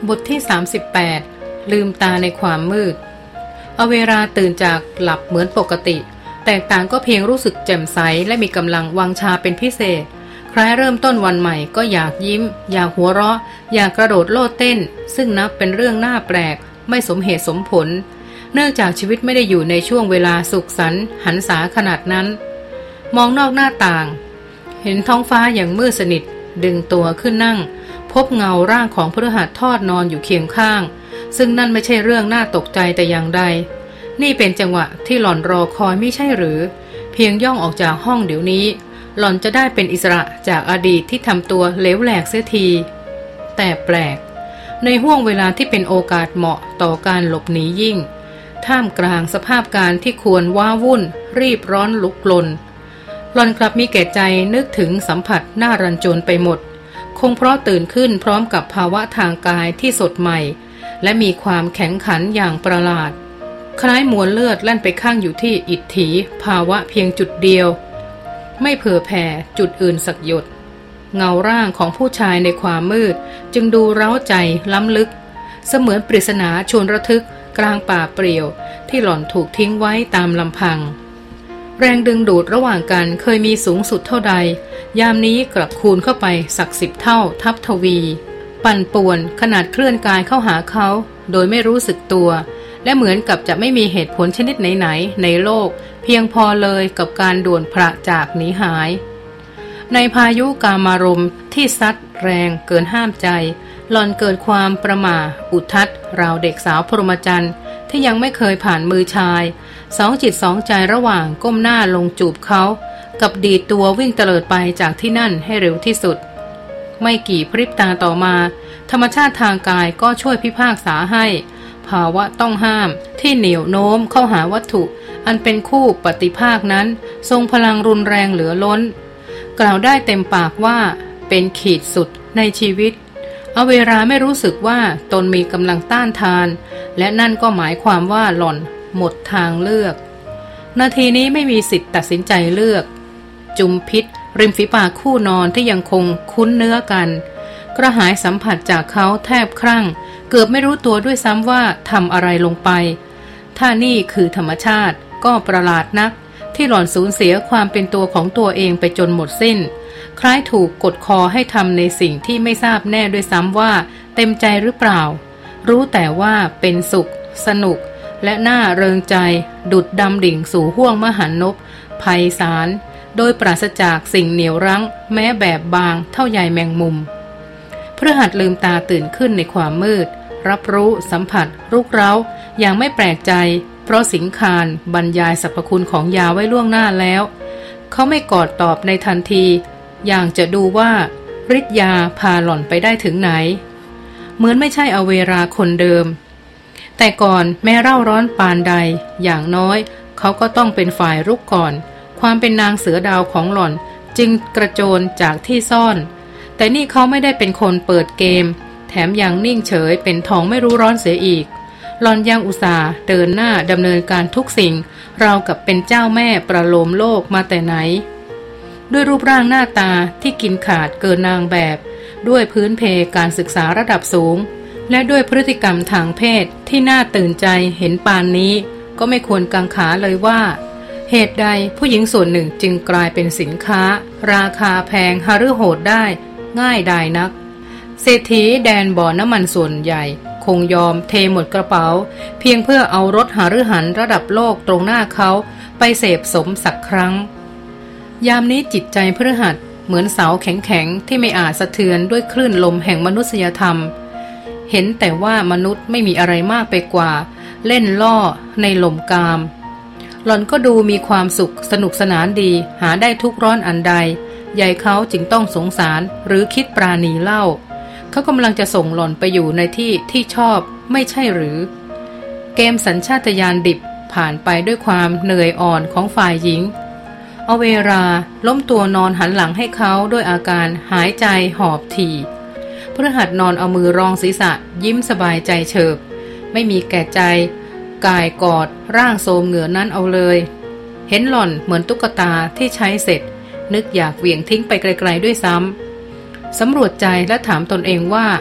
บทที่38ลืมตาในความมืดเอาเวลาตื่นจากหลับเหมือนปกติแตกต่างก็เพียงรู้สึกแจ่มใสและมีกำลังวังชาเป็นพิเศษคล้ายเริ่มต้นวันใหม่ก็อยากยิ้มอยากหัวเราะอยากกระโดดโลดเต้นซึ่งนับเป็นเรื่องน่าแปลกไม่สมเหตุสมผลเนื่องจากชีวิตไม่ได้อยู่ในช่วงเวลาสุขสันต์หันษาขนาดนั้นมองนอกหน้าต่างเห็นท้องฟ้าอย่างมืดสนิทดึงตัวขึ้นนั่งพบเงาร่างของพฤหัสทอดนอนอยู่เคียงข้างซึ่งนั่นไม่ใช่เรื่องน่าตกใจแต่อย่างใดนี่เป็นจังหวะที่หล่อนรอคอยไม่ใช่หรือเพียงย่องออกจากห้องเดี๋ยวนี้หล่อนจะได้เป็นอิสระจากอดีตที่ทำตัวเหลวแหลกเสียทีแต่แปลกในห้วงเวลาที่เป็นโอกาสเหมาะต่อการหลบหนียิ่งท่ามกลางสภาพการที่ควรว้าวุ่นรีบร้อนลุกลนหล่อนกลับมีแก่ใจนึกถึงสัมผัสน่ารันจวนไปหมดคงเพราะตื่นขึ้นพร้อมกับภาวะทางกายที่สดใหม่และมีความแข็งขันอย่างประหลาดคล้ายมวลเลือดแล่นไปข้างอยู่ที่อิทธิภาวะเพียงจุดเดียวไม่เผื่อแผ่จุดอื่นสักหยดเงาร่างของผู้ชายในความมืดจึงดูเร้าใจล้ำลึกเสมือนปริศนาชวนระทึกกลางป่าเปลี่ยวที่หล่อนถูกทิ้งไว้ตามลำพังแรงดึงดูดระหว่างกันเคยมีสูงสุดเท่าใดยามนี้กลับคูณเข้าไปสัก10 เท่าทับทวีปั่นป่วนขนาดเคลื่อนกายเข้าหาเขาโดยไม่รู้สึกตัวและเหมือนกับจะไม่มีเหตุผลชนิดไหนๆในโลกเพียงพอเลยกับการด่วนพระจากหนีหายในพายุกามารมณ์ที่ซัดแรงเกินห้ามใจหล่อนเกิดความประหม่าอุทัดราวเด็กสาวพรหมจรรย์ที่ยังไม่เคยผ่านมือชายสองจิตสองใจระหว่างก้มหน้าลงจูบเขากับดีดตัววิ่งเตลิดไปจากที่นั่นให้เร็วที่สุดไม่กี่พริบตาต่อมาธรรมชาติทางกายก็ช่วยพิพากษาให้ภาวะต้องห้ามที่เหนี่ยวโน้มเข้าหาวัตถุอันเป็นคู่ปฏิภาคนั้นทรงพลังรุนแรงเหลือล้นกล่าวได้เต็มปากว่าเป็นขีดสุดในชีวิตเอาเวลาไม่รู้สึกว่าตนมีกำลังต้านทานและนั่นก็หมายความว่าหล่อนหมดทางเลือกนาทีนี้ไม่มีสิทธิ์ตัดสินใจเลือกจุมพิษริมฝีปากคู่นอนที่ยังคงคุ้นเนื้อกันกระหายสัมผัสจากเขาแทบครั่งเกือบไม่รู้ตัวด้วยซ้ำว่าทำอะไรลงไปถ้านี่คือธรรมชาติก็ประหลาดนักที่หล่อนสูญเสียความเป็นตัวของตัวเองไปจนหมดสิ้นคล้ายถูกกดคอให้ทำในสิ่งที่ไม่ทราบแน่ด้วยซ้ำว่าเต็มใจหรือเปล่ารู้แต่ว่าเป็นสุขสนุกและน่าเริงใจดุจดำดิ่งสู่ห้วงมหันนพไพศาลโดยปราศจากสิ่งเหนี่ยวรั้งแม้แบบบางเท่าใยแมงมุมพฤหัสลืมตาตื่นขึ้นในความมืดรับรู้สัมผัสรุกเร้าอย่างไม่แปลกใจเพราะสิงคารบรรยายสรรพคุณของยาไว้ล่วงหน้าแล้วเขาไม่กอดตอบในทันทีอย่างจะดูว่าฤทธิ์ยาพาหล่อนไปได้ถึงไหนเหมือนไม่ใช่อเวราคนเดิมแต่ก่อนแม้เร่าร้อนปานใดอย่างน้อยเขาก็ต้องเป็นฝ่ายรุกก่อนความเป็นนางเสือดาวของหล่อนจึงกระโจนจากที่ซ่อนแต่นี่เขาไม่ได้เป็นคนเปิดเกมแถมยังนิ่งเฉยเป็นทองไม่รู้ร้อนเสียอีกหล่อนยังอุตส่าห์เดินหน้าดำเนินการทุกสิ่งราวกับเป็นเจ้าแม่ประโลมโลกมาแต่ไหนด้วยรูปร่างหน้าตาที่กินขาดเกินนางแบบด้วยพื้นเพการศึกษาระดับสูงและด้วยพฤติกรรมทางเพศที่น่าตื่นใจเห็นปานนี้ก็ไม่ควรกังขาเลยว่าเหตุใดผู้หญิงส่วนหนึ่งจึงกลายเป็นสินค้าราคาแพงหฤโหดได้ง่ายดายนักเศรษฐีแดนบ่อน้ำมันส่วนใหญ่คงยอมเทหมดกระเป๋าเพียงเพื่อเอารถหฤหันระดับโลกตรงหน้าเขาไปเสพสมสักครั้งยามนี้จิตใจพฤหัสเหมือนเสาแข็งๆที่ไม่อาจสะเทือนด้วยคลื่นลมแห่งมนุษยธรรมเห็นแต่ว่ามนุษย์ไม่มีอะไรมากไปกว่าเล่นล่อในลมกามหล่อนก็ดูมีความสุขสนุกสนานดีหาได้ทุกร้อนอันใดยายเขาจึงต้องสงสารหรือคิดปราณีเล่าเขากำลังจะส่งหล่อนไปอยู่ในที่ชอบไม่ใช่หรือเกมสัญชาตญาณดิบผ่านไปด้วยความเหนื่อยอ่อนของฝ่ายหญิงเอาเวลาล้มตัวนอนหันหลังให้เขาด้วยอาการหายใจหอบถี่พฤหัสนอนเอามือรองศีรษะยิ้มสบายใจเฉิบไม่มีแก่ใจกายกอดร่างโทมเหงื่อนั้นเอาเลยเห็นหล่อนเหมือนตุ๊กตาที่ใช้เสร็จนึกอยากเหวี่ยงทิ้งไปไกลๆด้วยซ้ำสำรวจใจและถามตนเองว่า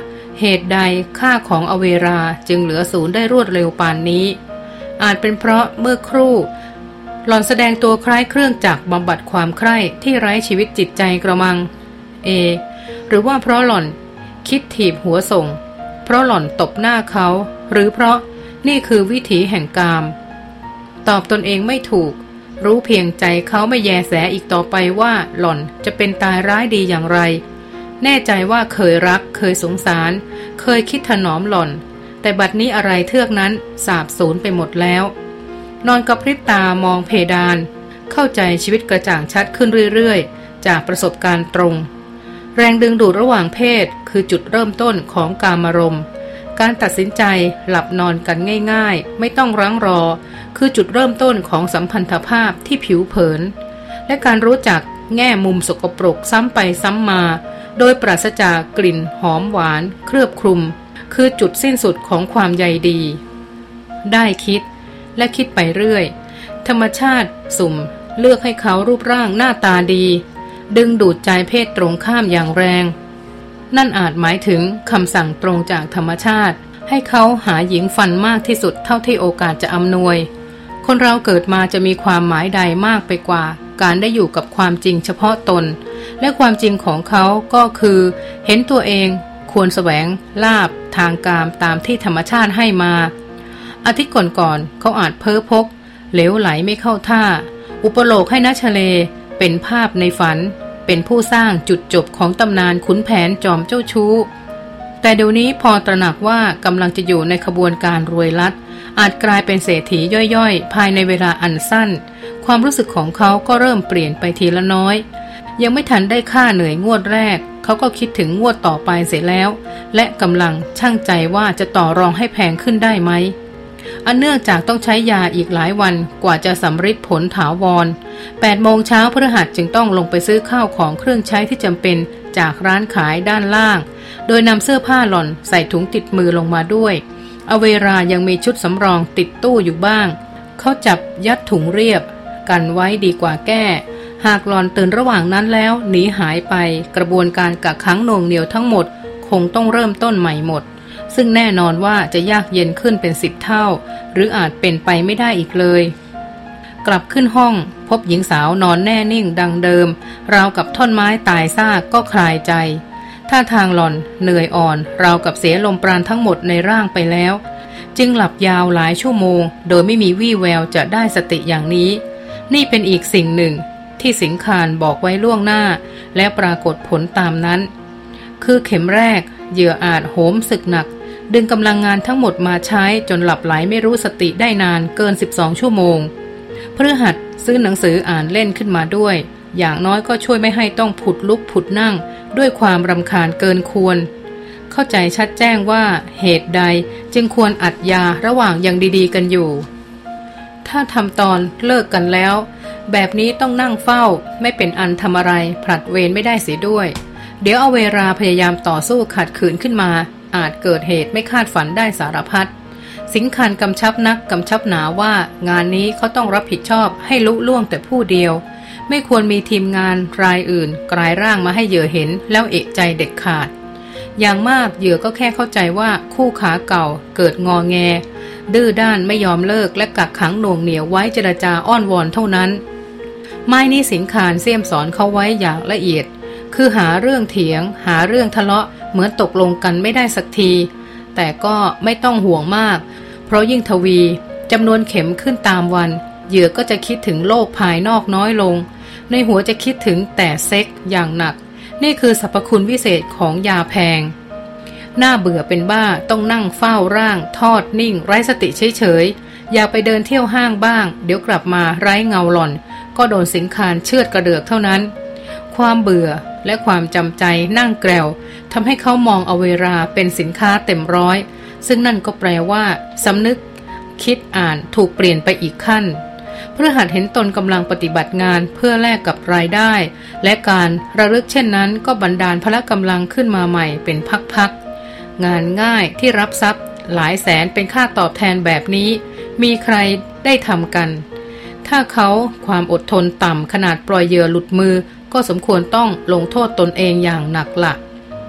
เหตุใดค่าของอเวราจึงเหลือศูนย์ได้รวดเร็วปานนี้อาจเป็นเพราะเมื่อครู่หล่อนแสดงตัวคล้ายเครื่องจักรบำบัดความใคร่ที่ไร้ชีวิตจิตใจกระมังหรือว่าเพราะหล่อนคิดถีบหัวส่งเพราะหล่อนตบหน้าเขาหรือเพราะนี่คือวิถีแห่งกามตอบตนเองไม่ถูกรู้เพียงใจเขาไม่แยแสอีกต่อไปว่าหล่อนจะเป็นตายร้ายดีอย่างไรแน่ใจว่าเคยรักเคยสงสารเคยคิดถนอมหล่อนแต่บัดนี้อะไรเทือกนั้นสาบสูญไปหมดแล้วนอนกระพริบตามองเพดานเข้าใจชีวิตกระจ่างชัดขึ้นเรื่อยๆจากประสบการณ์ตรงแรงดึงดูดระหว่างเพศคือจุดเริ่มต้นของกามารมณ์การตัดสินใจหลับนอนกันง่ายๆไม่ต้องรั้งรอคือจุดเริ่มต้นของสัมพันธภาพที่ผิวเผินและการรู้จักแง่มุมสกปรกซ้ำไปซ้ำมาโดยปราศจากกลิ่นหอมหวานเคลือบคลุมคือจุดสิ้นสุดของความใยดีได้คิดและคิดไปเรื่อยธรรมชาติสุ่มเลือกให้เขารูปร่างหน้าตาดีดึงดูดใจเพศตรงข้ามอย่างแรงนั่นอาจหมายถึงคำสั่งตรงจากธรรมชาติให้เขาหาหญิงฟันมากที่สุดเท่าที่โอกาสจะอำนวยคนเราเกิดมาจะมีความหมายใดมากไปกว่าการได้อยู่กับความจริงเฉพาะตนและความจริงของเขาก็คือเห็นตัวเองควรแสวงลาภทางกามตามที่ธรรมชาติให้มาอาทิตย์ก่อนเขาอาจเพ้อพกเหลวไหลไม่เข้าท่าอุปโลกให้นัชเลเป็นภาพในฝันเป็นผู้สร้างจุดจบของตำนานขุนแผนจอมเจ้าชู้แต่เดี๋ยวนี้พอตระหนักว่ากำลังจะอยู่ในขบวนการรวยลัดอาจกลายเป็นเศรษฐีย่อยๆภายในเวลาอันสั้นความรู้สึกของเขาก็เริ่มเปลี่ยนไปทีละน้อยยังไม่ทันได้ค่าเหนื่อยงวดแรกเขาก็คิดถึงงวดต่อไปเสร็จแล้วและกำลังชั่งใจว่าจะต่อรองให้แพงขึ้นได้ไหมอันเนื่องจากต้องใช้ยาอีกหลายวันกว่าจะสำฤทธิ์ผลถาวร8 โมงเช้าพฤหัสจึงต้องลงไปซื้อข้าวของเครื่องใช้ที่จำเป็นจากร้านขายด้านล่างโดยนำเสื้อผ้าหล่อนใส่ถุงติดมือลงมาด้วยอเวรายังมีชุดสำรองติดตู้อยู่บ้างเขาจับยัดถุงเรียบกันไว้ดีกว่าแก้หากหล่อนตื่นระหว่างนั้นแล้วหนีหายไปกระบวนการกักขังหน่วงเหนี่ยวทั้งหมดคงต้องเริ่มต้นใหม่หมดซึ่งแน่นอนว่าจะยากเย็นขึ้นเป็น10 เท่าหรืออาจเป็นไปไม่ได้อีกเลยกลับขึ้นห้องพบหญิงสาวนอนแน่นิ่งดังเดิมราวกับท่อนไม้ตายซากก็คลายใจท่าทางหล่อนเหนื่อยอ่อนราวกับเสียลมปราณทั้งหมดในร่างไปแล้วจึงหลับยาวหลายชั่วโมงโดยไม่มีวี่แววจะได้สติอย่างนี้นี่เป็นอีกสิ่งหนึ่งที่สิงคานบอกไว้ล่วงหน้าและปรากฏผลตามนั้นคือเข็มแรกเหยื่ออาจโหมศึกหนักดึงกำลังงานทั้งหมดมาใช้จนหลับไหลไม่รู้สติได้นานเกิน12 ชั่วโมงพฤหัสซื้อหนังสืออ่านเล่นขึ้นมาด้วยอย่างน้อยก็ช่วยไม่ให้ต้องผุดลุกผุดนั่งด้วยความรำคาญเกินควรเข้าใจชัดแจ้งว่าเหตุใดจึงควรอัดยาระหว่างยังดีๆกันอยู่ถ้าทำตอนเลิกกันแล้วแบบนี้ต้องนั่งเฝ้าไม่เป็นอันทำอะไรผลัดเวรไม่ได้เสียด้วยเดี๋ยวเอาเวลาพยายามต่อสู้ขัดขืนขึ้นมาอาจเกิดเหตุไม่คาดฝันได้สารพัดสิงคานกำชับนักกำชับหนาว่างานนี้เขาต้องรับผิดชอบให้ลุล่วงแต่ผู้เดียวไม่ควรมีทีมงานรายอื่นกลายร่างมาให้เหยื่อเห็นแล้วเอะใจเด็ดขาดอย่างมากเหยื่อก็แค่เข้าใจว่าคู่ขาเก่าเกิดงอแงดื้อด้านไม่ยอมเลิกและกักขังหน่วงเหนียวไว้เจรจาอ้อนวอนเท่านั้นไม้นี้สิงคานเสี่ยมสอนเขาไว้อย่างละเอียดคือหาเรื่องเถียงหาเรื่องทะเลาะเหมือนตกลงกันไม่ได้สักทีแต่ก็ไม่ต้องห่วงมากเพราะยิ่งทวีจำนวนเข็มขึ้นตามวันเหยื่อก็จะคิดถึงโลกภายนอกน้อยลงในหัวจะคิดถึงแต่เซ็กอย่างหนักนี่คือสรรพคุณวิเศษของยาแพงน่าเบื่อเป็นบ้าต้องนั่งเฝ้าร่างทอดนิ่งไร้สติเฉยๆอยากไปเดินเที่ยวห้างบ้างเดี๋ยวกลับมาไร้เงาหล่อนก็โดนสิงคานเชือดกระเดือกเท่านั้นความเบื่อและความจำใจนั่งแกลวทำให้เขามองเอาเวลาเป็นสินค้าเต็มร้อยซึ่งนั่นก็แปลว่าสำนึกคิดอ่านถูกเปลี่ยนไปอีกขั้นพฤหัสเห็นตนกำลังปฏิบัติงานเพื่อแลกกับรายได้และการระลึกเช่นนั้นก็บันดาลพละกำลังขึ้นมาใหม่เป็นพักๆงานง่ายที่รับทรัพย์หลายแสนเป็นค่าตอบแทนแบบนี้มีใครได้ทำกันถ้าเขาความอดทนต่ำขนาดปล่อยเหยื่อหลุดมือก็สมควรต้องลงโทษตนเองอย่างหนักละ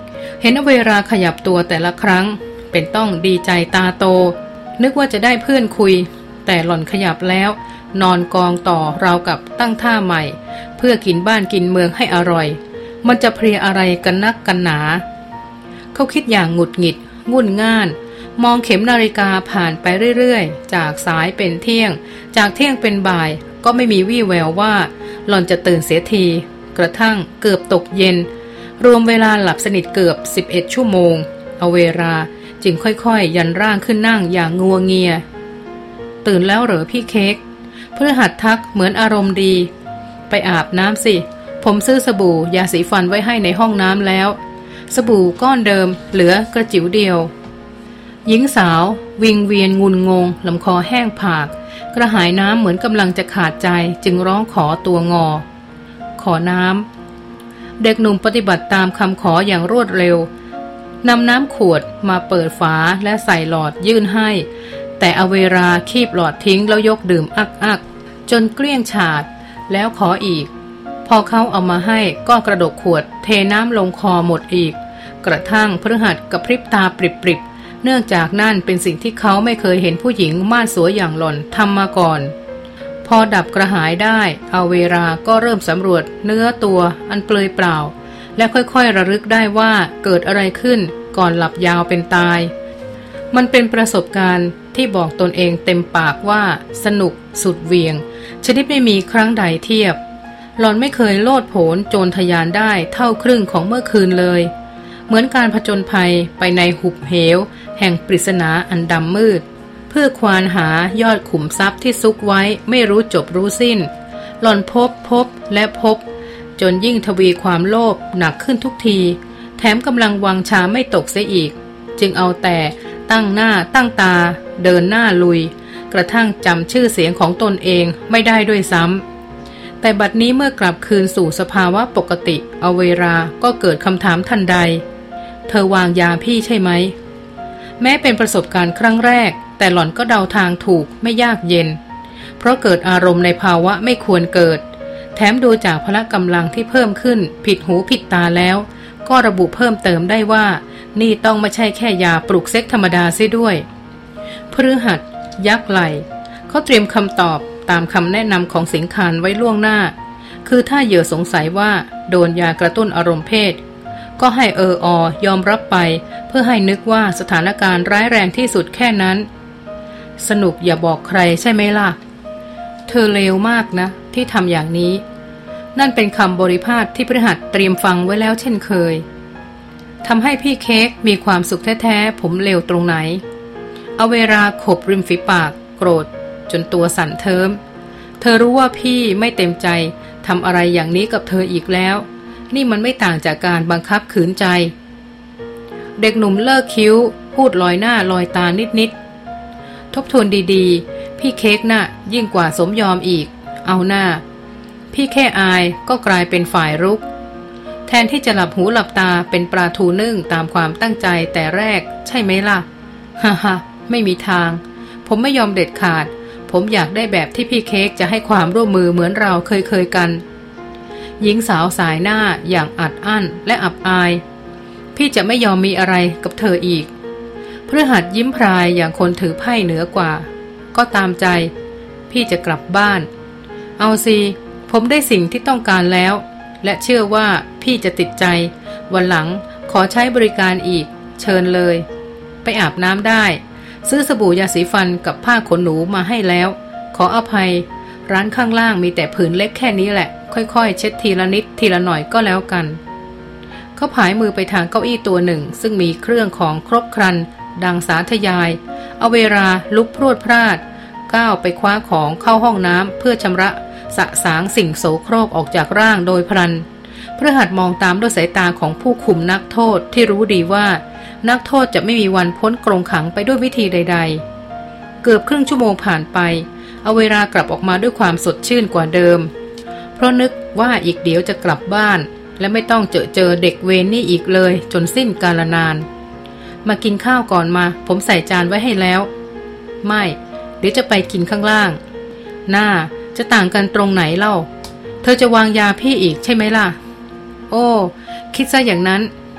เห็นอเวราขยับตัวแต่ละครั้งเป็นต้องดีใจตาโตนึกว่าจะได้เพื่อนคุยแต่หล่อนขยับแล้วนอนกองต่อราวกับตั้งท่าใหม่เพื่อกินบ้านกินเมืองให้อร่อยมันจะเพลียอะไรกันนักกันหนาเขาคิดอย่างหงุดหงิดงุ่นง่านมองเข็มนาฬิกาผ่านไปเรื่อยๆจากสายเป็นเที่ยงจากเที่ยงเป็นบ่ายก็ไม่มีวี่แววว่าหล่อนจะตื่นเสียทีกระทั่งเกือบตกเย็นรวมเวลาหลับสนิทเกือบ11 ชั่วโมงเอาเวลาจึงค่อยๆยันร่างขึ้นนั่งอย่างงัวเงียตื่นแล้วเหรอพี่เค้กพฤหัสทักเหมือนอารมณ์ดีไปอาบน้ำสิผมซื้อสบู่ยาสีฟันไว้ให้ในห้องน้ำแล้วสบู่ก้อนเดิมเหลือกระจิ๋วเดียวหญิงสาววิงเวียนงุนงงลำคอแห้งผากกระหายน้ำเหมือนกำลังจะขาดใจจึงร้องขอตัวงอขอน้ำเด็กหนุ่มปฏิบัติตามคำขออย่างรวดเร็วนำน้ำขวดมาเปิดฝาและใส่หลอดยื่นให้แต่อเวราคีบหลอดทิ้งแล้วยกดื่มอักจนเกลี้ยงฉาดแล้วขออีกพอเขาเอามาให้ก็กระดกขวดเทน้ำลงคอหมดอีกกระทั่งพฤหัสกระพริบตาปริบๆเนื่องจากนั่นเป็นสิ่งที่เขาไม่เคยเห็นผู้หญิงม่านสวยอย่างหล่อนทำมาก่อนพอดับกระหายได้อเวราก็เริ่มสำรวจเนื้อตัวอันเปลือยเปล่าและค่อยๆระลึกได้ว่าเกิดอะไรขึ้นก่อนหลับยาวเป็นตายมันเป็นประสบการณ์ที่บอกตนเองเต็มปากว่าสนุกสุดเหวี่ยงชนิดไม่มีครั้งใดเทียบหล่อนไม่เคยโลดโผนโจรทะยานได้เท่าครึ่งของเมื่อคืนเลยเหมือนการผจญภัยไปในหุบเหวแห่งปริศนาอันดำมืดเพื่อควานหายอดขุมทรัพย์ที่ซุกไว้ไม่รู้จบรู้สิ้นหล่อนพบและพบจนยิ่งทวีความโลภหนักขึ้นทุกทีแถมกำลังวางชาไม่ตกเสียอีกจึงเอาแต่ตั้งหน้าตั้งตาเดินหน้าลุยกระทั่งจำชื่อเสียงของตนเองไม่ได้ด้วยซ้ำแต่บัดนี้เมื่อกลับคืนสู่สภาวะปกติอเวราก็เกิดคำถามทันใดเธอวางยาพี่ใช่ไหมแม้เป็นประสบการณ์ครั้งแรกแต่หล่อนก็เดาทางถูกไม่ยากเย็นเพราะเกิดอารมณ์ในภาวะไม่ควรเกิดแถมดูจากพละกำลังที่เพิ่มขึ้นผิดหูผิดตาแล้วก็ระบุเพิ่มเติมได้ว่านี่ต้องไม่ใช่แค่ยาปลุกเซ็กธรรมดาเสียด้วยพฤหัสยักไหลเขาเตรียมคำตอบตามคำแนะนำของสิงคานไว้ล่วงหน้าคือถ้าเหยื่อสงสัยว่าโดนยากระตุ้นอารมณ์เพศก็ให้ยอมรับไปเพื่อให้นึกว่าสถานการณ์ร้ายแรงที่สุดแค่นั้นสนุกอย่าบอกใครใช่ไหมล่ะเธอเลวมากนะที่ทำอย่างนี้นั่นเป็นคำบริพาทที่พฤหัสเตรียมฟังไว้แล้วเช่นเคยทำให้พี่เค้กมีความสุขแท้ๆผมเลวตรงไหนเอาเวลาขบริมฝีปากโกรธจนตัวสั่นเทิมเธอรู้ว่าพี่ไม่เต็มใจทำอะไรอย่างนี้กับเธออีกแล้วนี่มันไม่ต่างจากการบังคับขืนใจเด็กหนุ่มเลิกคิ้วพูดลอยหน้าลอยตานิดๆทบทวนดีๆพี่เค้กน่ะยิ่งกว่าสมยอมอีกเอาหน้าพี่แค่อายก็กลายเป็นฝ่ายรุกแทนที่จะหลับหูหลับตาเป็นปลาทูนึ่งตามความตั้งใจแต่แรกใช่ไหมล่ะฮ่าไม่มีทางผมไม่ยอมเด็ดขาดผมอยากได้แบบที่พี่เค้กจะให้ความร่วมมือเหมือนเราเคยกันหญิงสาวสายหน้าอย่างอัดอั้นและอับอายพี่จะไม่ยอมมีอะไรกับเธออีกพฤหัสยิ้มพรายอย่างคนถือไพ่เหนือกว่าก็ตามใจพี่จะกลับบ้านเอาสิผมได้สิ่งที่ต้องการแล้วและเชื่อว่าพี่จะติดใจวันหลังขอใช้บริการอีกเชิญเลยไปอาบน้ำได้ซื้อสบู่ยาสีฟันกับผ้าขนหนูมาให้แล้วขออภัยร้านข้างล่างมีแต่ผืนเล็กแค่นี้แหละค่อยๆเช็ดทีละนิดทีละหน่อยก็แล้วกันเขาผายมือไปทางเก้าอี้ตัวหนึ่งซึ่งมีเครื่องของครบครันดังสาธยายเอาเวลาลุกพรวดพราดก้าวไปคว้าของเข้าห้องน้ำเพื่อชำระสะสางสิ่งโสโครกออกจากร่างโดยพลันพฤหัสมองตามด้วยสายตาของผู้คุมนักโทษที่รู้ดีว่านักโทษจะไม่มีวันพ้นกรงขังไปด้วยวิธีใดๆเกือบครึ่งชั่วโมงผ่านไปเอาเวลากลับออกมาด้วยความสดชื่นกว่าเดิมเพราะนึกว่าอีกเดี๋ยวจะกลับบ้านและไม่ต้องเจอเด็กเวรนี่อีกเลยจนสิ้นกาลนานมากินข้าวก่อนมาผมใส่จานไว้ให้แล้วไม่เดี๋ยวจะไปกินข้างล่างหน้าจะต่างกันตรงไหนเล่าเธอจะวางยาพี่อีกใช่ไหมล่ะโอ้คิดซะอย่างนั้น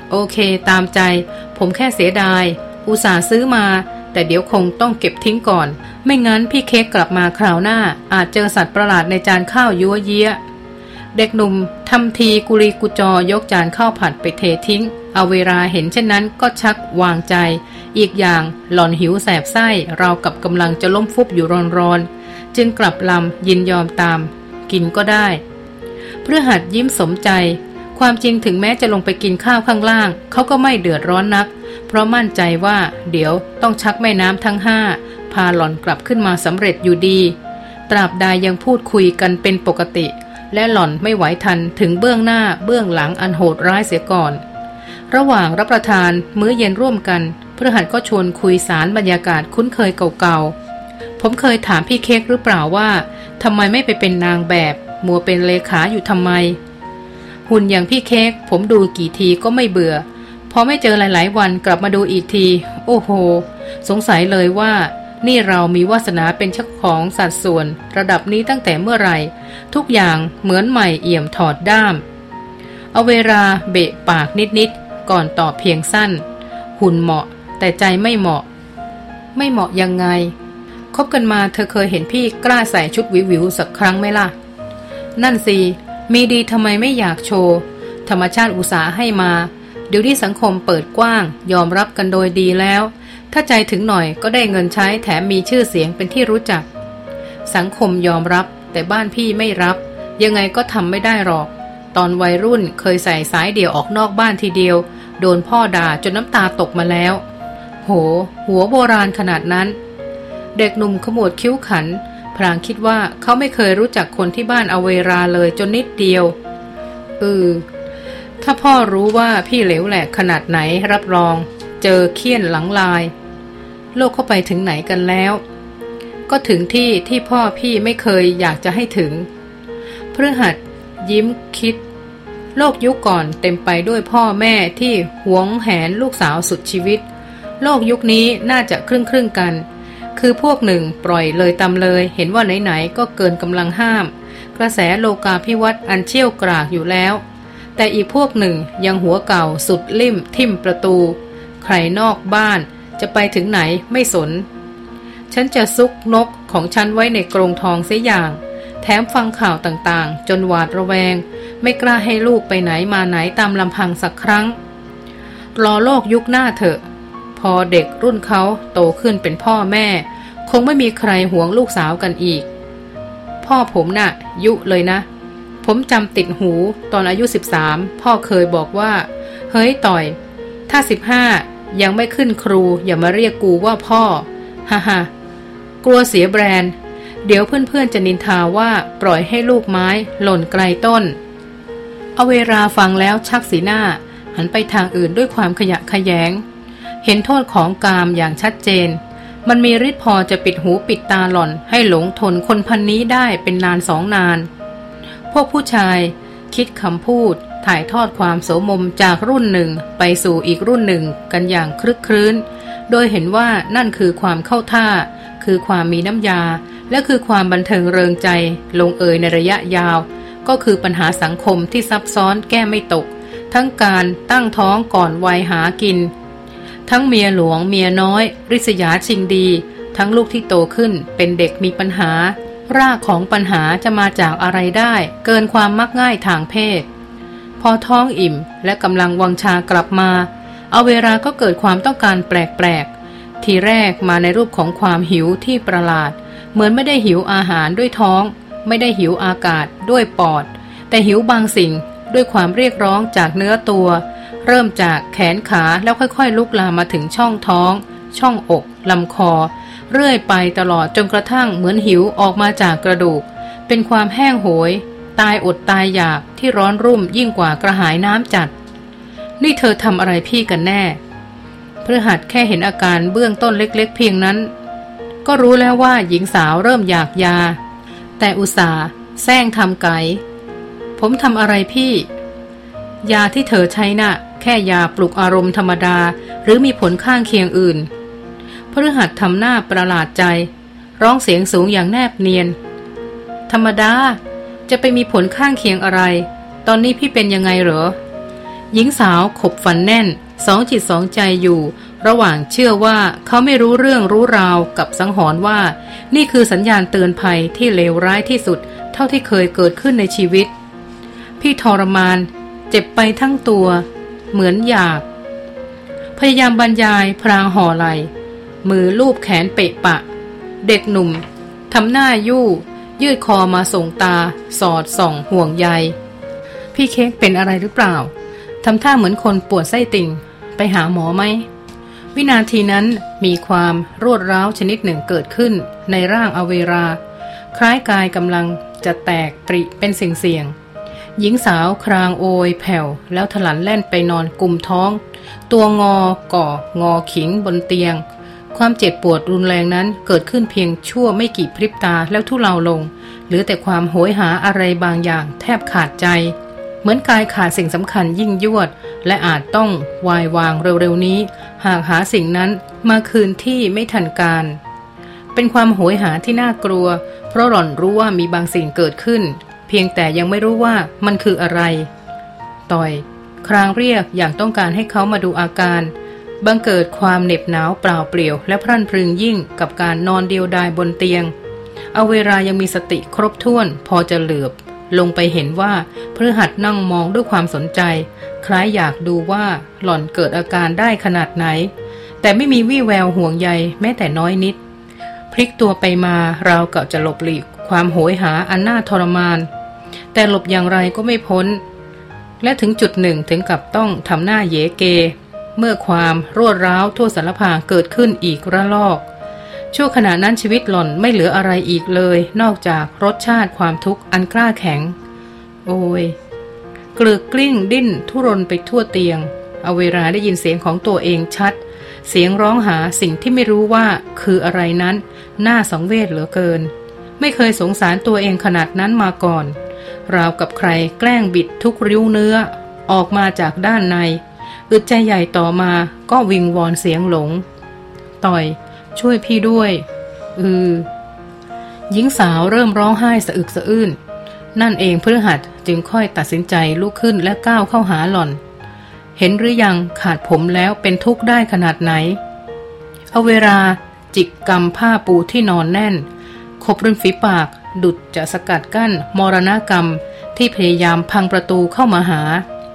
โอเคตามใจผมแค่เสียดายอุตส่าห์ซื้อมาแต่เดี๋ยวคงต้องเก็บทิ้งก่อนไม่งั้นพี่เค้กกลับมาคราวหน้าอาจเจอสัตว์ประหลาดในจานข้าวยั่วเยี้ยเด็กหนุ่มทำทีกุลีกุจอยกจานข้าวผัดไปเททิ้งเอาเวลาเห็นเช่นนั้นก็ชักวางใจอีกอย่างหล่อนหิวแสบไส้ราวกับกำลังจะล้มฟุบอยู่ร้อนๆจึงกลับลำยินยอมตามกินก็ได้พฤหัสยิ้มสมใจความจริงถึงแม้จะลงไปกินข้าวข้างล่างเขาก็ไม่เดือดร้อนนักเพราะมั่นใจว่าเดี๋ยวต้องชักแม่น้ำทั้งห้าพาหล่อนกลับขึ้นมาสำเร็จอยู่ดีตราบใดยังพูดคุยกันเป็นปกติและหล่อนไม่ไหวทันถึงเบื้องหน้าเบื้องหลังอันโหดร้ายเสียก่อนระหว่างรับประทานมื้อเย็นร่วมกันพฤหัสก็ชวนคุยสารบรรยากาศคุ้นเคยเก่าๆผมเคยถามพี่เค้กหรือเปล่าว่าทำไมไม่ไปเป็นนางแบบมัวเป็นเลขาอยู่ทำไมหุ่นอย่างพี่เค้กผมดูกี่ทีก็ไม่เบื่อพอไม่เจอหลายๆวันกลับมาดูอีกทีโอ้โหสงสัยเลยว่านี่เรามีวาสนาเป็นเจ้าของสัดส่วนระดับนี้ตั้งแต่เมื่อไหร่ทุกอย่างเหมือนใหม่เอี่ยมถอดด้ามเอาเวลาเบะปากนิดๆก่อนตอบเพียงสั้นหุ่นเหมาะแต่ใจไม่เหมาะไม่เหมาะยังไงคบกันมาเธอเคยเห็นพี่กล้าใส่ชุดวิวๆสักครั้งไหมล่ะนั่นสิมีดีทำไมไม่อยากโชว์ธรรมชาติอุตสาห์ให้มาเดี๋ยวที่สังคมเปิดกว้างยอมรับกันโดยดีแล้วถ้าใจถึงหน่อยก็ได้เงินใช้แถมมีชื่อเสียงเป็นที่รู้จักสังคมยอมรับแต่บ้านพี่ไม่รับยังไงก็ทำไม่ได้หรอกตอนวัยรุ่นเคยใส่สายเดี่ยวออกนอกบ้านทีเดียวโดนพ่อด่าจนน้ำตาตกมาแล้วโหหัวโบราณขนาดนั้นเด็กหนุ่มขมวดคิ้วขันพลางคิดว่าเขาไม่เคยรู้จักคนที่บ้านอเวราเลยจนนิดเดียวถ้าพ่อรู้ว่าพี่เหลวแหลกขนาดไหนรับรองเจอเคี่ยนหลังลายโลกเข้าไปถึงไหนกันแล้วก็ถึงที่พ่อพี่ไม่เคยอยากจะให้ถึงพฤหัสยิ้มคิดโลกยุคก่อนเต็มไปด้วยพ่อแม่ที่หวงแหนลูกสาวสุดชีวิตโลกยุคนี้น่าจะครึ่งกันคือพวกหนึ่งปล่อยเลยตามเลยเห็นว่าไหนๆก็เกินกำลังห้ามกระแสโลกาภิวัตน์อันเชี่ยวกรากอยู่แล้วแต่อีกพวกหนึ่งยังหัวเก่าสุดลิ่มทิ่มประตูใครนอกบ้านจะไปถึงไหนไม่สนฉันจะซุกนกของฉันไว้ในกรงทองเสียอย่างแถมฟังข่าวต่างๆจนหวาดระแวงไม่กล้าให้ลูกไปไหนมาไหนตามลำพังสักครั้งรอโลกยุคหน้าเถอะพอเด็กรุ่นเขาโตขึ้นเป็นพ่อแม่คงไม่มีใครหวงลูกสาวกันอีกพ่อผมน่ะยุเลยนะผมจำติดหูตอนอายุ13พ่อเคยบอกว่าเฮ้ยต่อยถ้า15ยังไม่ขึ้นครูอย่ามาเรียกกูว่าพ่อฮ่าฮ่ากลัวเสียแบรนด์เดี๋ยวเพื่อนๆจะนินทาว่าปล่อยให้ลูกไม้หล่นไกลต้นเอาเวลาฟังแล้วชักสีหน้าหันไปทางอื่นด้วยความขยะแขยงเห็นโทษของกามอย่างชัดเจนมันมีฤทธิ์พอจะปิดหูปิดตาหล่อนให้หลงทนคนพันนี้ได้เป็นนาน2 นานพวกผู้ชายคิดคำพูดถ่ายทอดความโสมมจากรุ่นหนึ่งไปสู่อีกรุ่นหนึ่งกันอย่างคลึกครื้นโดยเห็นว่านั่นคือความเข้าท่าคือความมีน้ำยาและคือความบันเทิงเริงใจลงเอยในระยะยาวก็คือปัญหาสังคมที่ซับซ้อนแก้ไม่ตกทั้งการตั้งท้องก่อนวัยหากินทั้งเมียหลวงเมียน้อยริษยาชิงดีทั้งลูกที่โตขึ้นเป็นเด็กมีปัญหารากของปัญหาจะมาจากอะไรได้เกินความมักง่ายทางเพศพอท้องอิ่มและกำลังวังชากลับมาเอาเวลาก็เกิดความต้องการแปลกๆทีแรกมาในรูปของความหิวที่ประหลาดเหมือนไม่ได้หิวอาหารด้วยท้องไม่ได้หิวอากาศด้วยปอดแต่หิวบางสิ่งด้วยความเรียกร้องจากเนื้อตัวเริ่มจากแขนขาแล้วค่อยๆลุกลามมาถึงช่องท้องช่องอกลำคอเรื่อยไปตลอดจนกระทั่งเหมือนหิวออกมาจากกระดูกเป็นความแห้งโหยตายอดตายอยากที่ร้อนรุ่มยิ่งกว่ากระหายน้ำจัดนี่เธอทำอะไรพี่กันแน่พฤหัสแค่เห็นอาการเบื้องต้นเล็กๆเพียงนั้นก็รู้แล้วว่าหญิงสาวเริ่มอยากยาแต่อุตส่าห์แซงทำไก่ผมทำอะไรพี่ยาที่เธอใช้น่ะแค่ยาปลุกอารมณ์ธรรมดาหรือมีผลข้างเคียงอื่นพฤหัสทำหน้าประหลาดใจร้องเสียงสูงอย่างแนบเนียนธรรมดาจะไปมีผลข้างเคียงอะไรตอนนี้พี่เป็นยังไงเหรอหญิงสาวขบฝันแน่นสองจิตสองใจอยู่ระหว่างเชื่อว่าเขาไม่รู้เรื่องรู้ราวกับสังหรณ์ว่านี่คือสัญญาณเตือนภัยที่เลวร้ายที่สุดเท่าที่เคยเกิดขึ้นในชีวิตพี่ทรมานเจ็บไปทั้งตัวเหมือนอยากพยายามบรรยายพรางห่อไหลมือลูบแขนเปะปะเด็กหนุ่มทำหน้ายู่ยืดคอมาส่งตาสอดส่องห่วงใยพี่เค้กเป็นอะไรหรือเปล่าทำท่าเหมือนคนปวดไส้ติ่งไปหาหมอไหมวินาทีนั้นมีความรวดร้าวชนิดหนึ่งเกิดขึ้นในร่างอเวราคล้ายกายกำลังจะแตกปริเป็นเสี่ยงหญิงสาวครางโอยแผ่วแล้วถลันแล่นไปนอนกุมท้องตัวงอก่องอขิงบนเตียงความเจ็บปวดรุนแรงนั้นเกิดขึ้นเพียงชั่วไม่กี่พริบตาแล้วทุเลาลงเหลือแต่ความโหยหาอะไรบางอย่างแทบขาดใจเหมือนกายขาดสิ่งสำคัญยิ่งยวดและอาจต้องวายวางเร็วๆนี้หากหาสิ่งนั้นมาคืนที่ไม่ทันการเป็นความโหยหาที่น่ากลัวเพราะหล่อนรู้ว่ามีบางสิ่งเกิดขึ้นเพียงแต่ยังไม่รู้ว่ามันคืออะไรต่อยครางเรียกอย่างต้องการให้เขามาดูอาการบังเกิดความเหน็บหนาวเปล่าเปลี่ยวและพรั่นพรึงยิ่งกับการนอนเดียวดายบนเตียงเอาเวลายังมีสติครบถ้วนพอจะเหลือบลงไปเห็นว่าพฤหัสนั่งมองด้วยความสนใจคล้ายอยากดูว่าหล่อนเกิดอาการได้ขนาดไหนแต่ไม่มีวี่แววห่วงใยแม้แต่น้อยนิดพลิกตัวไปมาราวกับจะหลบหลีกความโหยหาอันน่าทรมานแต่หลบอย่างไรก็ไม่พ้นและถึงจุดหนึ่งถึงกับต้องทำหน้าเยเกเมื่อความรวดร้าวทั่วสารพางเกิดขึ้นอีกระลอกชั่วขณะนั้นชีวิตหล่อนไม่เหลืออะไรอีกเลยนอกจากรสชาติความทุกข์อันกล้าแข็งโอยเกลือกกลิ้งดิ้นทุรนไปทั่วเตียงเอาเวลาได้ยินเสียงของตัวเองชัดเสียงร้องหาสิ่งที่ไม่รู้ว่าคืออะไรนั้นน่าสังเวชเหลือเกินไม่เคยสงสารตัวเองขนาดนั้นมาก่อนราวกับใครแกล้งบิดทุกริ้วเนื้อออกมาจากด้านในอึดใจใหญ่ต่อมาก็วิงวอนเสียงหลงต่อยช่วยพี่ด้วยหญิงสาวเริ่มร้องไห้สะอึกสะอื้นนั่นเองพฤหัสจึงค่อยตัดสินใจลุกขึ้นและก้าวเข้าหาหล่อนเห็นหรือยังขาดผมแล้วเป็นทุกข์ได้ขนาดไหนเอาเวลาจิกกำผ้าปูที่นอนแน่นขบริมฝีปากดุจจะสกัดกั้นมรณกรรมที่พยายามพังประตูเข้ามาหา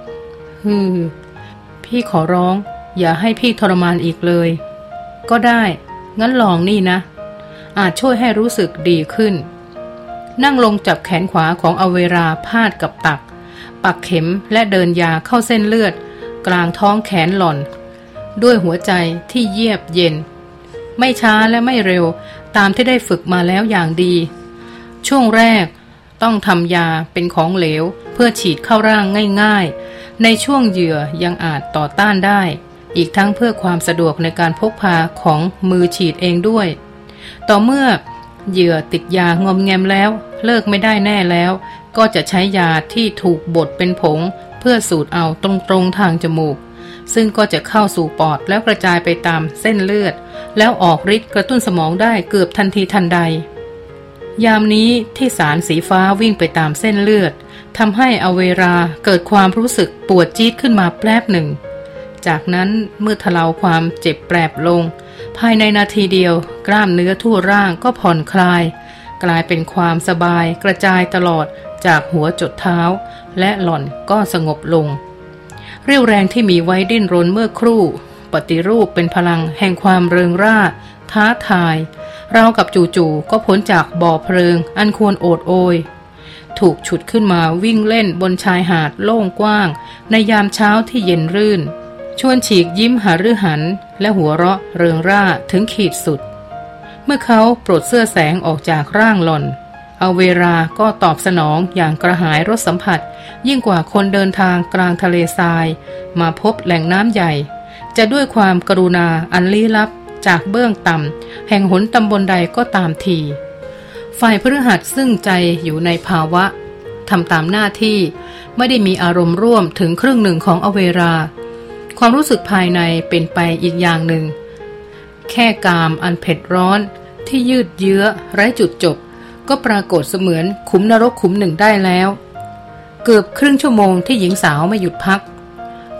พี่ขอร้องอย่าให้พี่ทรมานอีกเลยก็ได้งั้นลองนี่นะอาจช่วยให้รู้สึกดีขึ้นนั่งลงจับแขนขวาของอเวราพาดกับตักปักเข็มและเดินยาเข้าเส้นเลือดกลางท้องแขนหล่อนด้วยหัวใจที่เยียบเย็นไม่ช้าและไม่เร็วตามที่ได้ฝึกมาแล้วอย่างดีช่วงแรกต้องทำยาเป็นของเหลวเพื่อฉีดเข้าร่างง่ายๆในช่วงเหยื่อยังอาจต่อต้านได้อีกทั้งเพื่อความสะดวกในการพกพาของมือฉีดเองด้วยต่อเมื่อเหยื่อติดยางอมแงมแล้วเลิกไม่ได้แน่แล้วก็จะใช้ยาที่ถูกบดเป็นผงเพื่อสูดเอาตรงๆทางจมูกซึ่งก็จะเข้าสู่ปอดแล้วกระจายไปตามเส้นเลือดแล้วออกฤทธิ์กระตุ้นสมองได้เกือบทันทีทันใดยามนี้ที่สารสีฟ้าวิ่งไปตามเส้นเลือดทำให้อเวราเกิดความรู้สึกปวดจี๊ดขึ้นมาแป๊บหนึ่งจากนั้นเมื่อทะเลาความเจ็บแปรบลงภายในนาทีเดียวกล้ามเนื้อทั่วร่างก็ผ่อนคลายกลายเป็นความสบายกระจายตลอดจากหัวจดเท้าและหล่อนก็สงบลงเรี่ยวแรงที่มีไว้ดิ้นรนเมื่อครู่ปฏิรูปเป็นพลังแห่งความเริงร่าท้าทายราวกับจู่ๆก็พ้นจากบ่อเพลิงอันควรโอดโอยถูกฉุดขึ้นมาวิ่งเล่นบนชายหาดโล่งกว้างในยามเช้าที่เย็นรื่นชวนฉีกยิ้มหฤหันและหัวเราะเริงร่าถึงขีดสุดเมื่อเขาปลดเสื้อแสงออกจากร่างหล่อนเอาเวลาก็ตอบสนองอย่างกระหายรสสัมผัสยิ่งกว่าคนเดินทางกลางทะเลทรายมาพบแหล่งน้ำใหญ่จะด้วยความกรุณาอันลี้ลับจากเบื้องต่ำแห่งหนตำบลใดก็ตามทีฝ่ายพฤหัสซึ่งใจอยู่ในภาวะทำตามหน้าที่ไม่ได้มีอารมณ์ร่วมถึงครึ่งหนึ่งของอเวราความรู้สึกภายในเป็นไปอีกอย่างหนึ่งแค่กามอันเผ็ดร้อนที่ยืดเยื้อไร้จุดจบก็ปรากฏเสมือนขุมนรกขุมหนึ่งได้แล้วเกือบครึ่งชั่วโมงที่หญิงสาวไม่หยุดพัก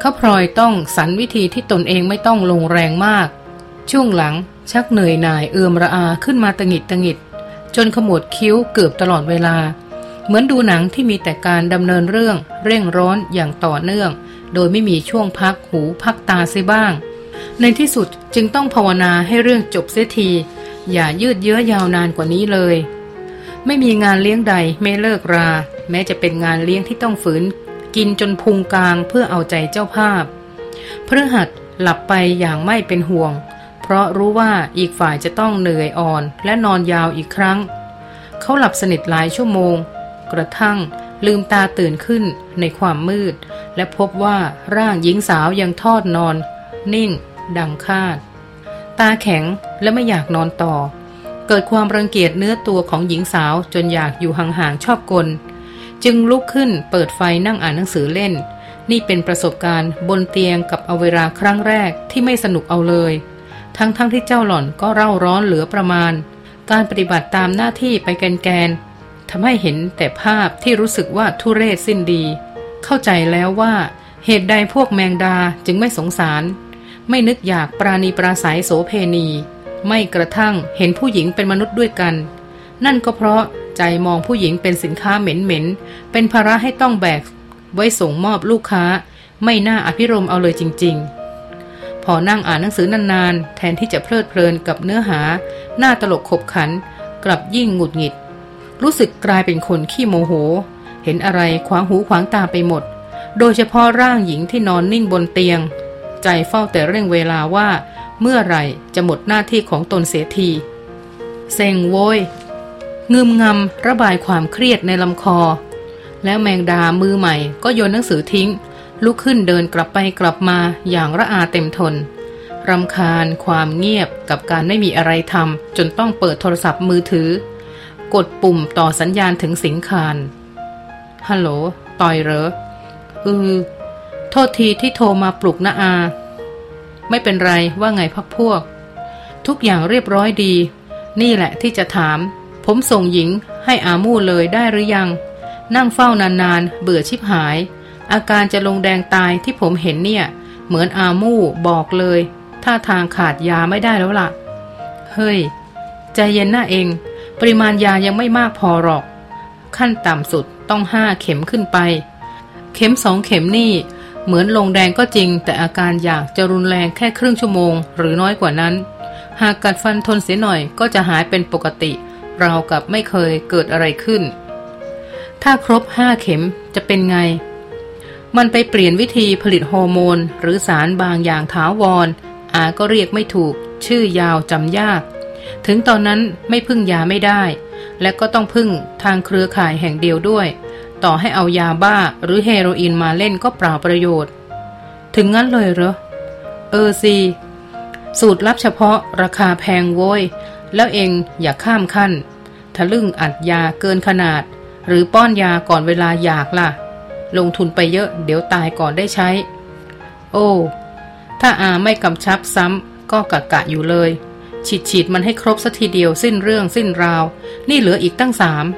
เขาพลอยต้องสรรวิธีที่ตนเองไม่ต้องลงแรงมากช่วงหลังชักเหนื่อยหน่ายเอื่อมระอาขึ้นมาตะหงิดจนขมวดคิ้วเกือบตลอดเวลาเหมือนดูหนังที่มีแต่การดำเนินเรื่องเร่งร้อนอย่างต่อเนื่องโดยไม่มีช่วงพักหูพักตาเสียบ้างในที่สุดจึงต้องภาวนาให้เรื่องจบเสียทีอย่ายืดเยื้อยาวนานกว่านี้เลยไม่มีงานเลี้ยงใดไม่เลิกราแม้จะเป็นงานเลี้ยงที่ต้องฝืนกินจนพุงกลางเพื่อเอาใจเจ้าภาพพฤหัสหลับไปอย่างไม่เป็นห่วงเพราะรู้ว่าอีกฝ่ายจะต้องเหนื่อยอ่อนและนอนยาวอีกครั้งเขาหลับสนิทหลายชั่วโมงกระทั่งลืมตาตื่นขึ้นในความมืดและพบว่าร่างหญิงสาวยังทอดนอนนิ่งดังคาดตาแข็งและไม่อยากนอนต่อเกิดความรังเกียจเนื้อตัวของหญิงสาวจนอยากอยู่ห่างๆชอบกลจึงลุกขึ้นเปิดไฟนั่งอ่านหนังสือเล่นนี่เป็นประสบการณ์บนเตียงกับเอาเวลาครั้งแรกที่ไม่สนุกเอาเลยทั้งที่เจ้าหล่อนก็เร่าร้อนเหลือประมาณการปฏิบัติตามหน้าที่ไปแกนทำให้เห็นแต่ภาพที่รู้สึกว่าทุเรศสิ้นดีเข้าใจแล้วว่าเหตุใดพวกแมงดาจึงไม่สงสารไม่นึกอยากปราณีปราศัยโสเพณีไม่กระทั่งเห็นผู้หญิงเป็นมนุษย์ด้วยกันนั่นก็เพราะใจมองผู้หญิงเป็นสินค้าเหม็นเป็นภาระให้ต้องแบกไว้ส่งมอบลูกค้าไม่น่าอภิรมย์เอาเลยจริงๆพอนั่งอ่านหนังสือนานๆแทนที่จะเพลิดเพลินกับเนื้อหาหน้าตลกขบขันกลับยิ่งหงุดหงิดรู้สึกกลายเป็นคนขี้โมโหเห็นอะไรขวางหูขวางตาไปหมดโดยเฉพาะร่างหญิงที่นอนนิ่งบนเตียงใจเฝ้าแต่เร่งเวลาว่าเมื่อไหร่จะหมดหน้าที่ของตนเสียทีเซ็งโว้ยงึมงำระบายความเครียดในลำคอแล้วแมงดามือใหม่ก็โยนหนังสือทิ้งลุกขึ้นเดินกลับไปกลับมาอย่างระอาเต็มทนรำคาญความเงียบกับการไม่มีอะไรทำจนต้องเปิดโทรศัพท์มือถือกดปุ่มต่อสัญญาณถึงสิงคานฮัลโหลต่อยเหรอโทษทีที่โทรมาปลุกนะอาไม่เป็นไรว่าไงพักพวกทุกอย่างเรียบร้อยดีนี่แหละที่จะถามผมส่งหญิงให้อามู่เลยได้หรือยังนั่งเฝ้านานๆเบื่อชิบหายอาการจะลงแดงตายที่ผมเห็นเนี่ยเหมือนอามู่บอกเลยท่าทางขาดยาไม่ได้แล้วล่ะเฮ้ยใจเย็นหน้าเองปริมาณยายังไม่มากพอหรอกขั้นต่ำสุดต้อง5 เข็มขึ้นไปเข็ม2 เข็มนี่เหมือนลงแดงก็จริงแต่อาการอยากจะรุนแรงแค่ครึ่งชั่วโมงหรือน้อยกว่านั้นหากกัดฟันทนเสียหน่อยก็จะหายเป็นปกติราวกับไม่เคยเกิดอะไรขึ้นถ้าครบ5 เข็มจะเป็นไงมันไปเปลี่ยนวิธีผลิตฮอร์โมนหรือสารบางอย่างถาวรก็เรียกไม่ถูกชื่อยาวจำยากถึงตอนนั้นไม่พึ่งยาไม่ได้และก็ต้องพึ่งทางเครือข่ายแห่งเดียวด้วยต่อให้เอายาบ้าหรือเฮโรอีนมาเล่นก็เปล่าประโยชน์ถึงงั้นเลยเหรอสิสูตรลับเฉพาะราคาแพงโว้ยแล้วเองอย่าข้ามขั้นทะลึ่งอัดยาเกินขนาดหรือป้อนยาก่อนเวลาอยากล่ะลงทุนไปเยอะเดี๋ยวตายก่อนได้ใช้โอ้ถ้าไม่กำชับซ้ำก็กะอยู่เลยฉีดมันให้ครบสักทีเดียวสิ้นเรื่องสิ้นราวนี่เหลืออีกตั้ง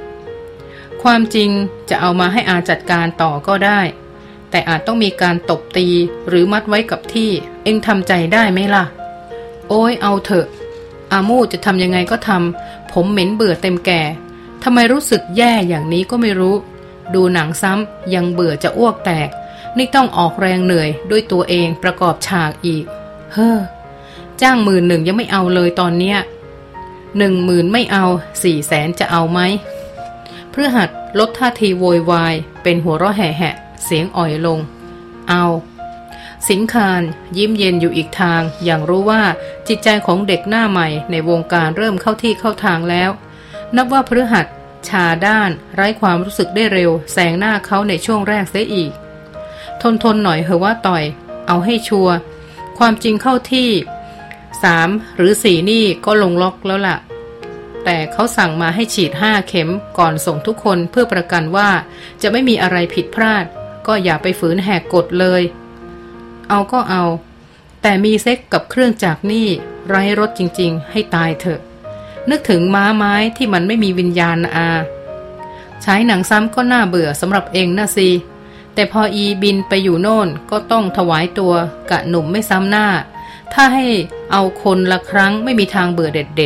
3ความจริงจะเอามาให้จัดการต่อก็ได้แต่อาจต้องมีการตบตีหรือมัดไว้กับที่เอ็งทำใจได้ไหมล่ะโอ้ยเอาเถอะอามู่จะทำยังไงก็ทำผมเหม็นเบื่อเต็มแก่ทำไมรู้สึกแย่อย่างนี้ก็ไม่รู้ดูหนังซ้ำยังเบื่อจะอ้วกแตกนี่ต้องออกแรงเหนื่อยด้วยตัวเองประกอบฉากอีกจ้าง11,000ยังไม่เอาเลยตอนเนี้ย10,000ไม่เอา400,000จะเอาไหมพฤหัสลดท่าทีโวยวายเป็นหัวเราะแห่ๆเสียงอ่อยลงเอาสิงคานยิ้มเย็นอยู่อีกทางอย่างรู้ว่าจิตใจของเด็กหน้าใหม่ในวงการเริ่มเข้าที่เข้าทางแล้วนับว่าพฤหัสชาด้านไร้ความรู้สึกได้เร็วแซงหน้าเขาในช่วงแรกเสียอีกทนหน่อยเหอะว่าต่อยเอาให้ชัวร์ความจริงเข้าที่3 หรือ 4นี่ก็ลงล็อกแล้วล่ะแต่เขาสั่งมาให้ฉีด5 เข็มก่อนส่งทุกคนเพื่อประกันว่าจะไม่มีอะไรผิดพลาดก็อย่าไปฝืนแหกกฎเลยเอาก็เอาแต่มีเซ็กกับเครื่องจักรนี่ไร้รสจริงๆให้ตายเถอะนึกถึงม้าไม้ที่มันไม่มีวิญญาณนะใช้หนังซ้ำก็น่าเบื่อสำหรับเองนะสิแต่พออีบินไปอยู่โน่นก็ต้องถวายตัวกะหนุ่มไม่ซ้ำหน้าถ้าให้เอาคนละครั้งไม่มีทางเบื่อเด็ด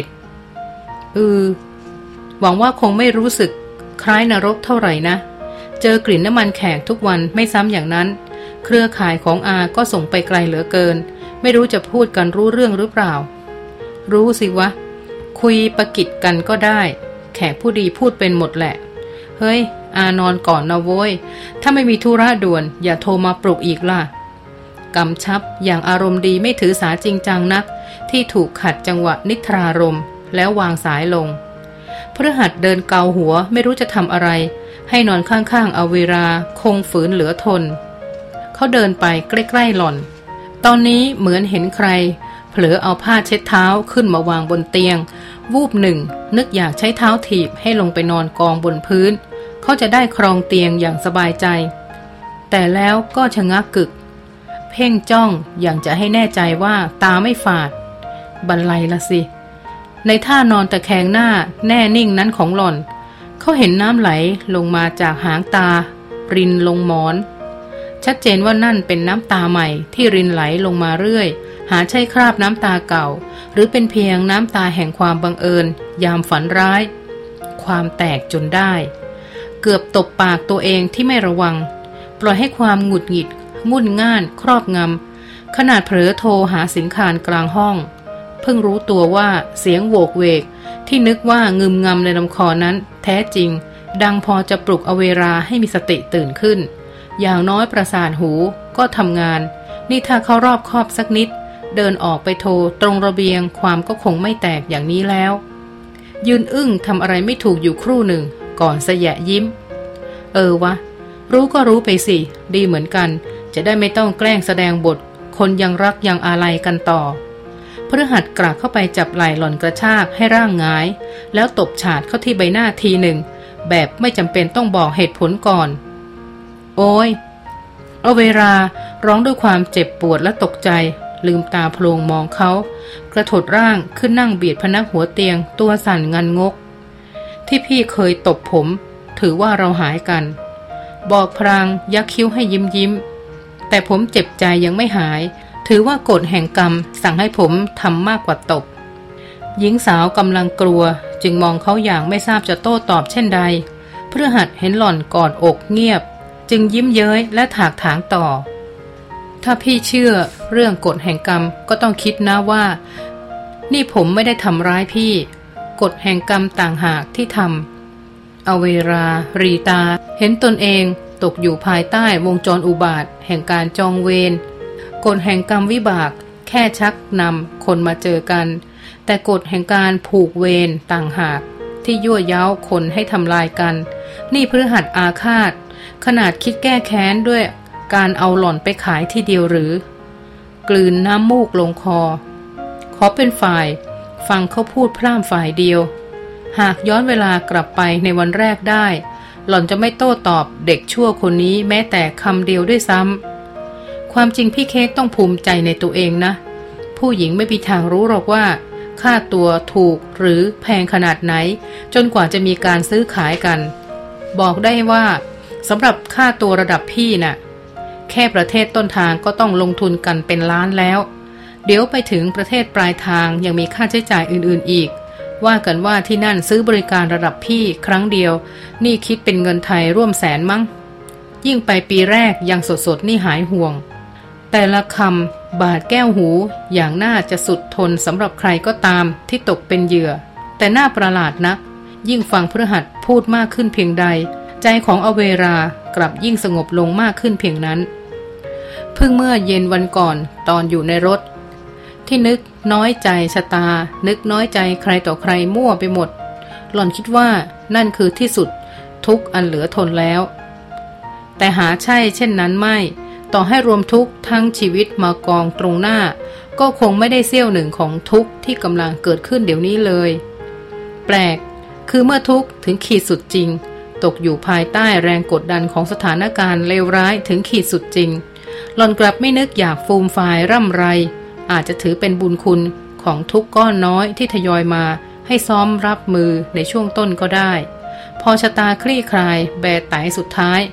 หวังว่าคงไม่รู้สึกคล้ายนรกเท่าไหร่นะเจอกลิ่นน้ำมันแขกทุกวันไม่ซ้ำอย่างนั้นเครือข่ายของอาก็ส่งไปไกลเหลือเกินไม่รู้จะพูดกันรู้เรื่องหรือเปล่ารู้สิวะคุยประกิดกันก็ได้แขกผู้ดีพูดเป็นหมดแหละเฮ้ยอานอนก่อนนะโว้ยถ้าไม่มีธุระด่วนอย่าโทรมาปลุกอีกล่ะกำชับอย่างอารมณ์ดีไม่ถือสาจริงจังนักที่ถูกขัดจังหวะนิทรารมแล้ววางสายลงพฤหัสเดินเกาหัวไม่รู้จะทำอะไรให้นอนข้างๆเอาเวลาคงฝืนเหลือทนเขาเดินไปใกล้ๆหล่อนตอนนี้เหมือนเห็นใครเผลอเอาผ้าเช็ดเท้าขึ้นมาวางบนเตียงวูบหนึ่งนึกอยากใช้เท้าถีบให้ลงไปนอนกองบนพื้นเขาจะได้ครองเตียงอย่างสบายใจแต่แล้วก็ชะงักกึกเพ่งจ้องอย่างจะให้แน่ใจว่าตาไม่ฝาดบันไลละสิในท่านอนตะแคงหน้าแน่นิ่งนั้นของหล่อนเขาเห็นน้ำไหลลงมาจากหางตารินลงหมอนชัดเจนว่านั่นเป็นน้ำตาใหม่ที่รินไหลลงมาเรื่อยหาใช่คราบน้ำตาเก่าหรือเป็นเพียงน้ำตาแห่งความบังเอิญยามฝันร้ายความแตกจนได้เกือบตบปากตัวเองที่ไม่ระวังปล่อยให้ความหงุดหงิดงุ่นง่านครอบงำขนาดเผลอโทรหาสิงคานกลางห้องเพิ่งรู้ตัวว่าเสียงโวกเวกที่นึกว่างึมงำในลำคอนั้นแท้จริงดังพอจะปลุกอเวราให้มีสติตื่นขึ้นอย่างน้อยประสาทหูก็ทำงานนี่ถ้าเขารอบคอบสักนิดเดินออกไปโทรตรงระเบียงความก็คงไม่แตกอย่างนี้แล้วยืนอึ้งทำอะไรไม่ถูกอยู่ครู่หนึ่งก่อนสยะยิ้มวะรู้ก็รู้ไปสิดีเหมือนกันจะได้ไม่ต้องแกล้งแสดงบทคนยังรักยังอาลัยกันต่อพฤหัสกระเข้าไปจับไหล่หล่อนกระชากให้ร่างหงายแล้วตบฉาดเข้าที่ใบหน้าทีหนึ่งแบบไม่จำเป็นต้องบอกเหตุผลก่อนโอ้ยเอาเวลาร้องด้วยความเจ็บปวดและตกใจลืมตาโพลงมองเขากระถดร่างขึ้นนั่งเบียดพนักหัวเตียงตัวสั่นงันงกที่พี่เคยตบผมถือว่าเราหายกันบอกพรางยักคิ้วให้ยิ้มแต่ผมเจ็บใจยังไม่หายถือว่ากฎแห่งกรรมสั่งให้ผมทำมากกว่าตบหญิงสาวกำลังกลัวจึงมองเขาอย่างไม่ทราบจะโต้ตอบเช่นใดพฤหัสเห็นหล่อนกอดอกเงียบจึงยิ้มเย้ยและถากถางต่อถ้าพี่เชื่อเรื่องกฎแห่งกรรมก็ต้องคิดนะว่านี่ผมไม่ได้ทำร้ายพี่กฎแห่งกรรมต่างหากที่ทำเอาเวลารีตาเห็นตนเองตกอยู่ภายใต้วงจรอุบาทแห่งการจองเวรกฎแห่งกรรมวิบากแค่ชักนำคนมาเจอกันแต่กฎแห่งการผูกเวรต่างหากที่ยั่วเย้าคนให้ทำลายกันนี่พฤหัสอาฆาตขนาดคิดแก้แค้นด้วยการเอาหล่อนไปขายทีเดียวหรือกลืนน้ำมูกลงคอขอเป็นฝ่ายฟังเขาพูดพร่ำฝ่ายเดียวหากย้อนเวลากลับไปในวันแรกได้หล่อนจะไม่โต้ตอบเด็กชั่วคนนี้แม้แต่คำเดียวด้วยซ้ำความจริงพี่เค้กต้องภูมิใจในตัวเองนะผู้หญิงไม่มีทางรู้หรอกว่าค่าตัวถูกหรือแพงขนาดไหนจนกว่าจะมีการซื้อขายกันบอกได้ว่าสำหรับค่าตัวระดับพี่น่ะแค่ประเทศต้นทางก็ต้องลงทุนกันเป็นล้านแล้วเดี๋ยวไปถึงประเทศปลายทางยังมีค่าใช้จ่ายอื่นๆอีกว่ากันว่าที่นั่นซื้อบริการระดับพี่ครั้งเดียวนี่คิดเป็นเงินไทยร่วมแสนมั้งยิ่งไปปีแรกยังสดๆนี่หายห่วงแต่ละคำบาดแก้วหูอย่างน่าจะสุดทนสำหรับใครก็ตามที่ตกเป็นเหยื่อแต่น่าประหลาดนักยิ่งฟังพฤหัสพูดมากขึ้นเพียงใดใจของอเวรากลับยิ่งสงบลงมากขึ้นเพียงนั้นเพิ่งเมื่อเย็นวันก่อนตอนอยู่ในรถที่นึกน้อยใจชะตานึกน้อยใจใครต่อใครมั่วไปหมดหล่อนคิดว่านั่นคือที่สุดทุกอันเหลือทนแล้วแต่หาใช่เช่นนั้นไม่ต่อให้รวมทุกทั้งชีวิตมากองตรงหน้าก็คงไม่ได้เสี้ยวหนึ่งของทุกที่กำลังเกิดขึ้นเดี๋ยวนี้เลยแปลกคือเมื่อทุกถึงขีดสุดจริงตกอยู่ภายใต้แรงกดดันของสถานการณ์เลวร้ายถึงขีดสุดจริงหล่อนกลับไม่นึกอยากฟูมฟายร่ำไรอาจจะถือเป็นบุญคุณของทุกก้อนน้อยที่ทยอยมาให้ซ้อมรับมือในช่วงต้นก็ได้พอชะตาคลี่คลายแบไตสุดท้าย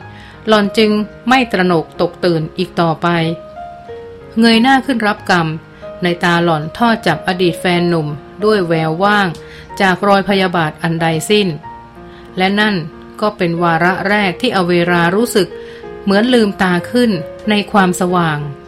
หล่อนจึงไม่ตระหนกตกตื่นอีกต่อไปเงยหน้าขึ้นรับกรรมในตาหล่อนทอดจับอดีตแฟนหนุ่มด้วยแววว่างจากรอยพยาบาทอันใดสิ้นและนั่นก็เป็นวาระแรกที่อเวรารู้สึกเหมือนลืมตาขึ้นในความสว่าง